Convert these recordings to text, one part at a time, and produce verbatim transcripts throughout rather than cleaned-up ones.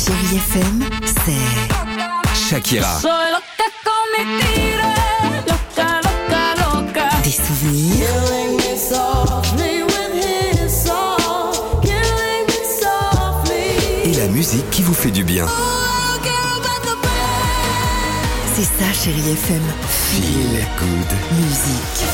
Chérie F M, c'est Shakira. Des souvenirs, Et la musique qui vous fait du bien. c'est ça Chérie F M. Feel good. Musique.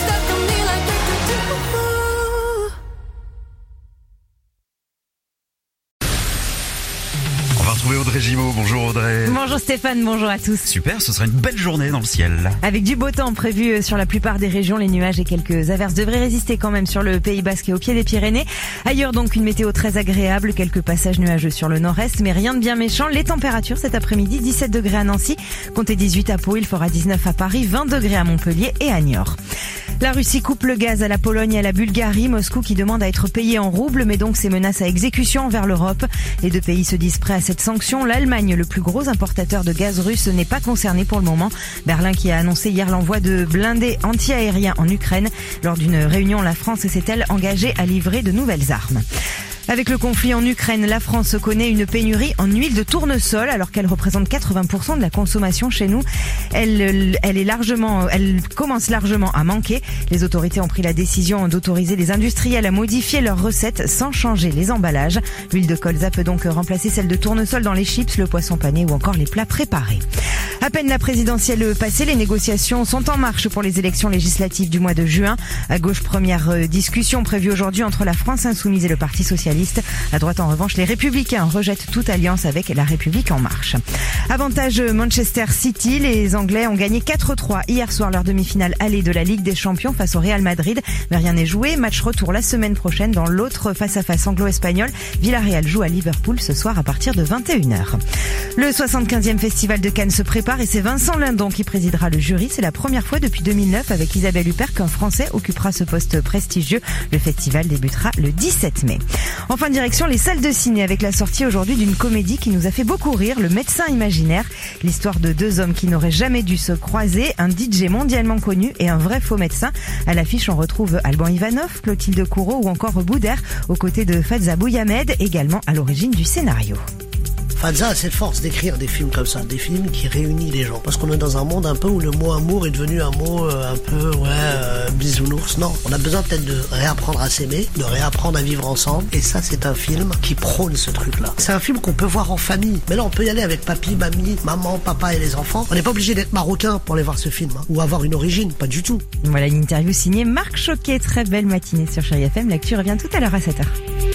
On va retrouver Audrey Gibaud. Bonjour Audrey. Bonjour Stéphane, bonjour à tous. Super, ce sera une belle journée dans le ciel. Avec du beau temps prévu sur la plupart des régions, les nuages et quelques averses devraient résister quand même sur le Pays Basque et au pied des Pyrénées. Ailleurs donc une météo très agréable, quelques passages nuageux sur le nord-est, mais rien de bien méchant. Les températures cet après-midi, dix-sept degrés à Nancy, comptez dix-huit à Pau, il fera dix-neuf à Paris, vingt degrés à Montpellier et à Niort. La Russie coupe le gaz à la Pologne et à la Bulgarie. Moscou qui demande à être payé en roubles, mais donc ses menaces à exécution envers l'Europe. Les deux pays se disent prêts à cette sanction. L'Allemagne, le plus gros importateur de gaz russe, n'est pas concerné pour le moment. Berlin qui a annoncé hier l'envoi de blindés anti-aériens en Ukraine. Lors d'une réunion, la France s'est-elle engagée à livrer de nouvelles armes. Avec le conflit en Ukraine, la France connaît une pénurie en huile de tournesol alors qu'elle représente quatre-vingts pour cent de la consommation chez nous. Elle, elle est largement, elle commence largement à manquer. Les autorités ont pris la décision d'autoriser les industriels à modifier leurs recettes sans changer les emballages. L'huile de colza peut donc remplacer celle de tournesol dans les chips, le poisson pané ou encore les plats préparés. À peine la présidentielle passée, les négociations sont en marche pour les élections législatives du mois de juin. À gauche, première discussion prévue aujourd'hui entre la France Insoumise et le Parti Socialiste. À droite, en revanche, les Républicains rejettent toute alliance avec la République En Marche. Avantage Manchester City, les Anglais ont gagné quatre trois hier soir leur demi-finale aller de la Ligue des Champions face au Real Madrid. Mais rien n'est joué. Match retour la semaine prochaine dans l'autre face-à-face anglo-espagnol. Villarreal joue à Liverpool ce soir à partir de vingt et une heures. Le soixante-quinzième Festival de Cannes se prépare et c'est Vincent Lindon qui présidera le jury. C'est la première fois depuis deux mille neuf avec Isabelle Huppert qu'un Français occupera ce poste prestigieux. Le festival débutera le dix-sept mai. Enfin, direction les salles de ciné avec la sortie aujourd'hui d'une comédie qui nous a fait beaucoup rire, Le Médecin Imaginaire. L'histoire de deux hommes qui n'auraient jamais dû se croiser, un D J mondialement connu et un vrai faux médecin. À l'affiche, on retrouve Alban Ivanov, Clotilde Courreau ou encore Boudère, aux côtés de Fadza Bouyamed, également à l'origine du scénario. Fadza a cette force d'écrire des films comme ça, des films qui réunissent les gens. Parce qu'on est dans un monde un peu où le mot amour est devenu un mot euh, un peu, ouais, euh, bisounours. Non, on a besoin peut-être de réapprendre à s'aimer, de réapprendre à vivre ensemble. Et ça, c'est un film qui prône ce truc-là. C'est un film qu'on peut voir en famille. Mais là, on peut y aller avec papy, mamie, maman, papa et les enfants. On n'est pas obligé d'être marocain pour aller voir ce film, hein, ou avoir une origine, pas du tout. Voilà une interview signée Marc Choquet. Très belle matinée sur Chérie F M. L'actu revient tout à l'heure à sept heures.